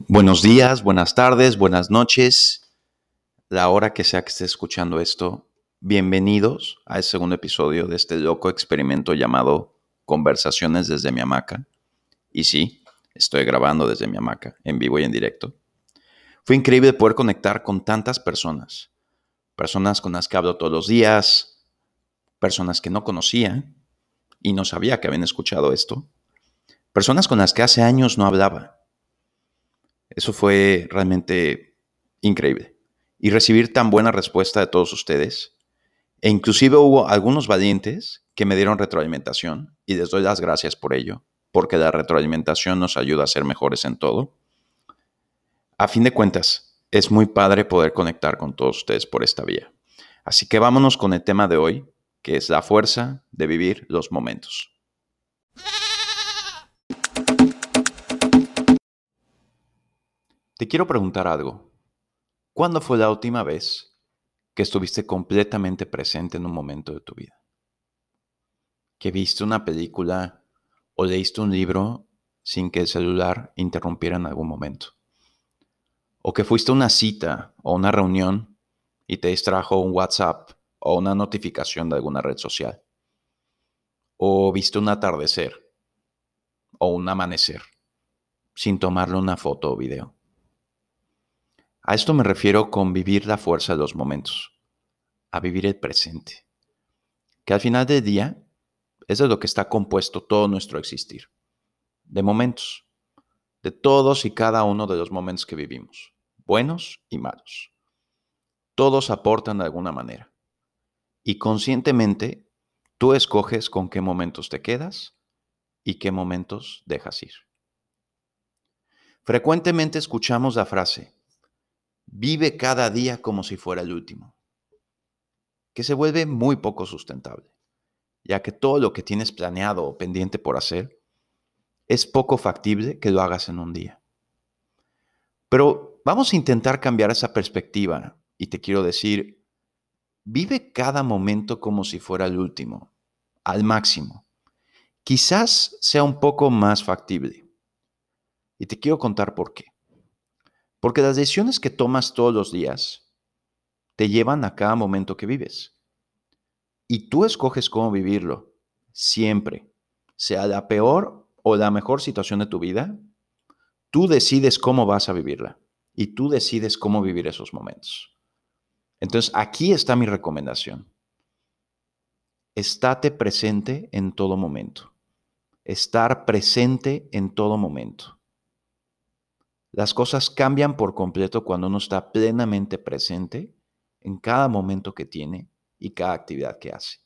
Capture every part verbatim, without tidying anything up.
Buenos días, buenas tardes, buenas noches, la hora que sea que esté escuchando esto. Bienvenidos al segundo episodio de este loco experimento llamado Conversaciones desde mi hamaca. Y sí, estoy grabando desde mi hamaca, en vivo y en directo. Fue increíble poder conectar con tantas personas. Personas con las que hablo todos los días, personas que no conocía y no sabía que habían escuchado esto. Personas con las que hace años no hablaba. Eso fue realmente increíble. Y recibir tan buena respuesta de todos ustedes. E inclusive hubo algunos valientes que me dieron retroalimentación y les doy las gracias por ello, porque la retroalimentación nos ayuda a ser mejores en todo. A fin de cuentas, es muy padre poder conectar con todos ustedes por esta vía. Así que vámonos con el tema de hoy, que es la fuerza de vivir los momentos. Te quiero preguntar algo. ¿Cuándo fue la última vez que estuviste completamente presente en un momento de tu vida? ¿Que viste una película o leíste un libro sin que el celular interrumpiera en algún momento? ¿O que fuiste a una cita o una reunión y te distrajo un WhatsApp o una notificación de alguna red social? ¿O viste un atardecer o un amanecer sin tomarle una foto o video? A esto me refiero con vivir la fuerza de los momentos, a vivir el presente, que al final del día es de lo que está compuesto todo nuestro existir, de momentos, de todos y cada uno de los momentos que vivimos, buenos y malos. Todos aportan de alguna manera y conscientemente tú escoges con qué momentos te quedas y qué momentos dejas ir. Frecuentemente escuchamos la frase, vive cada día como si fuera el último, que se vuelve muy poco sustentable, ya que todo lo que tienes planeado o pendiente por hacer es poco factible que lo hagas en un día. Pero vamos a intentar cambiar esa perspectiva y te quiero decir, vive cada momento como si fuera el último, al máximo. Quizás sea un poco más factible. Y te quiero contar por qué. Porque las decisiones que tomas todos los días te llevan a cada momento que vives. Y tú escoges cómo vivirlo, siempre. Sea la peor o la mejor situación de tu vida, tú decides cómo vas a vivirla. Y tú decides cómo vivir esos momentos. Entonces, aquí está mi recomendación. Estate presente en todo momento. Estar presente en todo momento. Las cosas cambian por completo cuando uno está plenamente presente en cada momento que tiene y cada actividad que hace.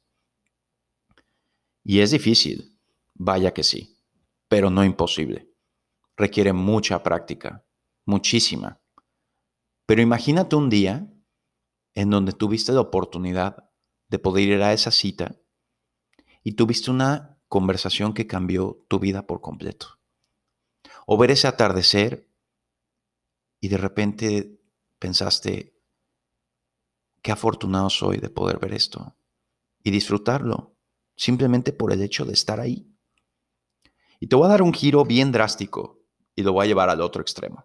Y es difícil, vaya que sí, pero no imposible. Requiere mucha práctica, muchísima. Pero imagínate un día en donde tuviste la oportunidad de poder ir a esa cita y tuviste una conversación que cambió tu vida por completo. O ver ese atardecer y de repente pensaste, qué afortunado soy de poder ver esto y disfrutarlo, simplemente por el hecho de estar ahí. Y te voy a dar un giro bien drástico y lo voy a llevar al otro extremo.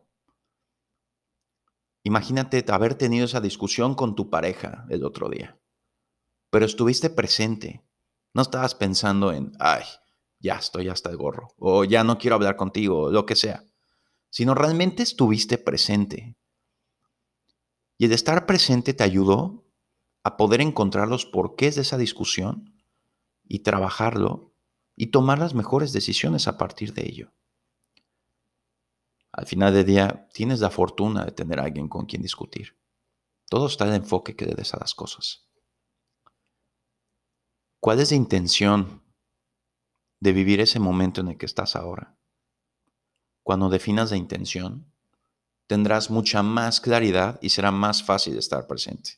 Imagínate haber tenido esa discusión con tu pareja el otro día, pero estuviste presente. No estabas pensando en, ay, ya estoy hasta el gorro, o ya no quiero hablar contigo, o lo que sea, sino realmente estuviste presente. Y el estar presente te ayudó a poder encontrar los porqués de esa discusión y trabajarlo y tomar las mejores decisiones a partir de ello. Al final del día, tienes la fortuna de tener a alguien con quien discutir. Todo está en el enfoque que le des a las cosas. ¿Cuál es la intención de vivir ese momento en el que estás ahora? Cuando definas la intención, tendrás mucha más claridad y será más fácil estar presente.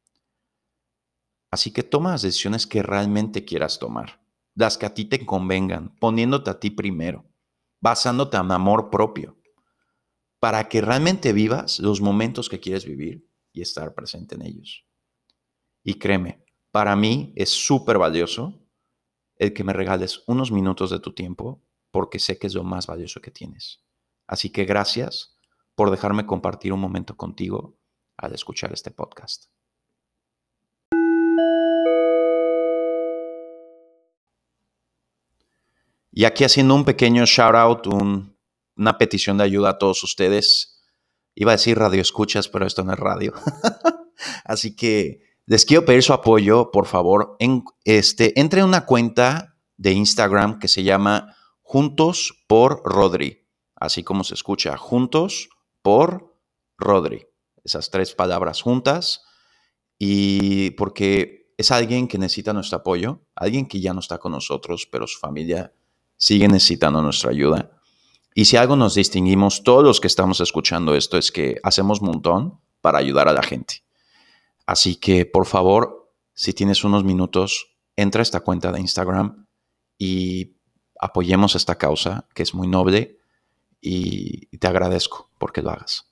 Así que toma las decisiones que realmente quieras tomar, las que a ti te convengan, poniéndote a ti primero, basándote en amor propio, para que realmente vivas los momentos que quieres vivir y estar presente en ellos. Y créeme, para mí es súper valioso el que me regales unos minutos de tu tiempo porque sé que es lo más valioso que tienes. Así que gracias por dejarme compartir un momento contigo al escuchar este podcast. Y aquí haciendo un pequeño shout out, un, una petición de ayuda a todos ustedes. Iba a decir radio escuchas, pero esto no es radio. Así que les quiero pedir su apoyo, por favor. En, este, entre en una cuenta de Instagram que se llama Juntos por Rodri. Así como se escucha, Juntos por Rodri. Esas tres palabras juntas. Y porque es alguien que necesita nuestro apoyo, alguien que ya no está con nosotros, pero su familia sigue necesitando nuestra ayuda. Y si algo nos distinguimos todos los que estamos escuchando esto es que hacemos un montón para ayudar a la gente. Así que, por favor, si tienes unos minutos, entra a esta cuenta de Instagram y apoyemos esta causa que es muy noble y te agradezco porque lo hagas.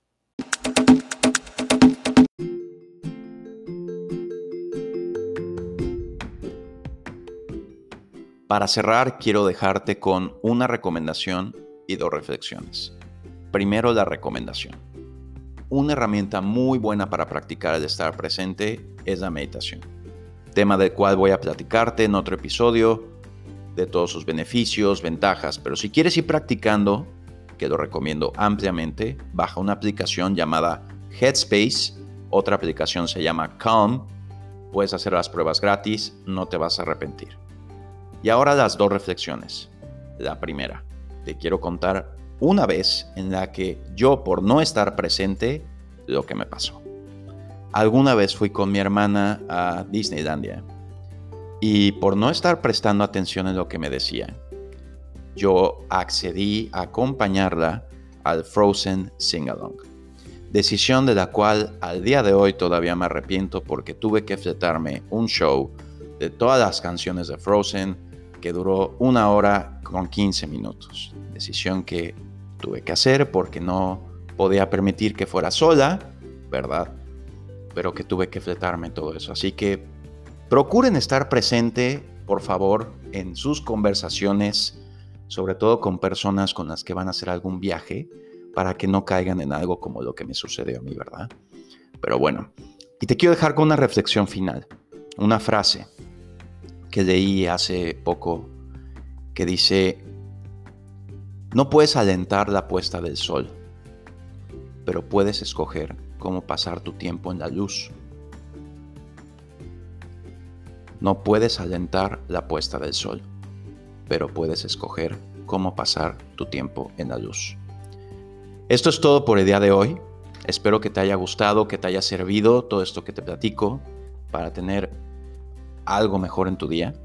Para cerrar, quiero dejarte con una recomendación y dos reflexiones. Primero, la recomendación. Una herramienta muy buena para practicar el estar presente es la meditación, tema del cual voy a platicarte en otro episodio, de todos sus beneficios, ventajas, pero si quieres ir practicando, que lo recomiendo ampliamente, baja una aplicación llamada Headspace, otra aplicación se llama Calm, puedes hacer las pruebas gratis, no te vas a arrepentir. Y ahora las dos reflexiones. La primera, te quiero contar una vez en la que yo, por no estar presente, lo que me pasó. Alguna vez fui con mi hermana a Disneylandia y por no estar prestando atención en lo que me decía, yo accedí a acompañarla al Frozen Sing-Along. Decisión de la cual al día de hoy todavía me arrepiento porque tuve que fletarme un show de todas las canciones de Frozen que duró una hora con quince minutos. Decisión que tuve que hacer porque no podía permitir que fuera sola, ¿verdad? Pero que tuve que fletarme todo eso. Así que procuren estar presente, por favor, en sus conversaciones, sobre todo con personas con las que van a hacer algún viaje, para que no caigan en algo como lo que me sucedió a mí, ¿verdad? Pero bueno, y te quiero dejar con una reflexión final, una frase que leí hace poco que dice: no puedes alentar la puesta del sol, pero puedes escoger cómo pasar tu tiempo en la luz. No puedes alentar la puesta del sol, pero puedes escoger cómo pasar tu tiempo en la luz. Esto es todo por el día de hoy. Espero que te haya gustado, que te haya servido todo esto que te platico para tener algo mejor en tu día.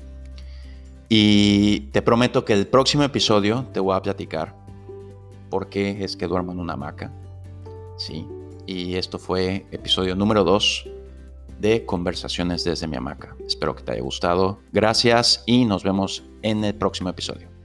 Y te prometo que el próximo episodio te voy a platicar por qué es que duermo en una hamaca. Sí. Y esto fue episodio número dos de Conversaciones desde mi hamaca. Espero que te haya gustado. Gracias y nos vemos en el próximo episodio.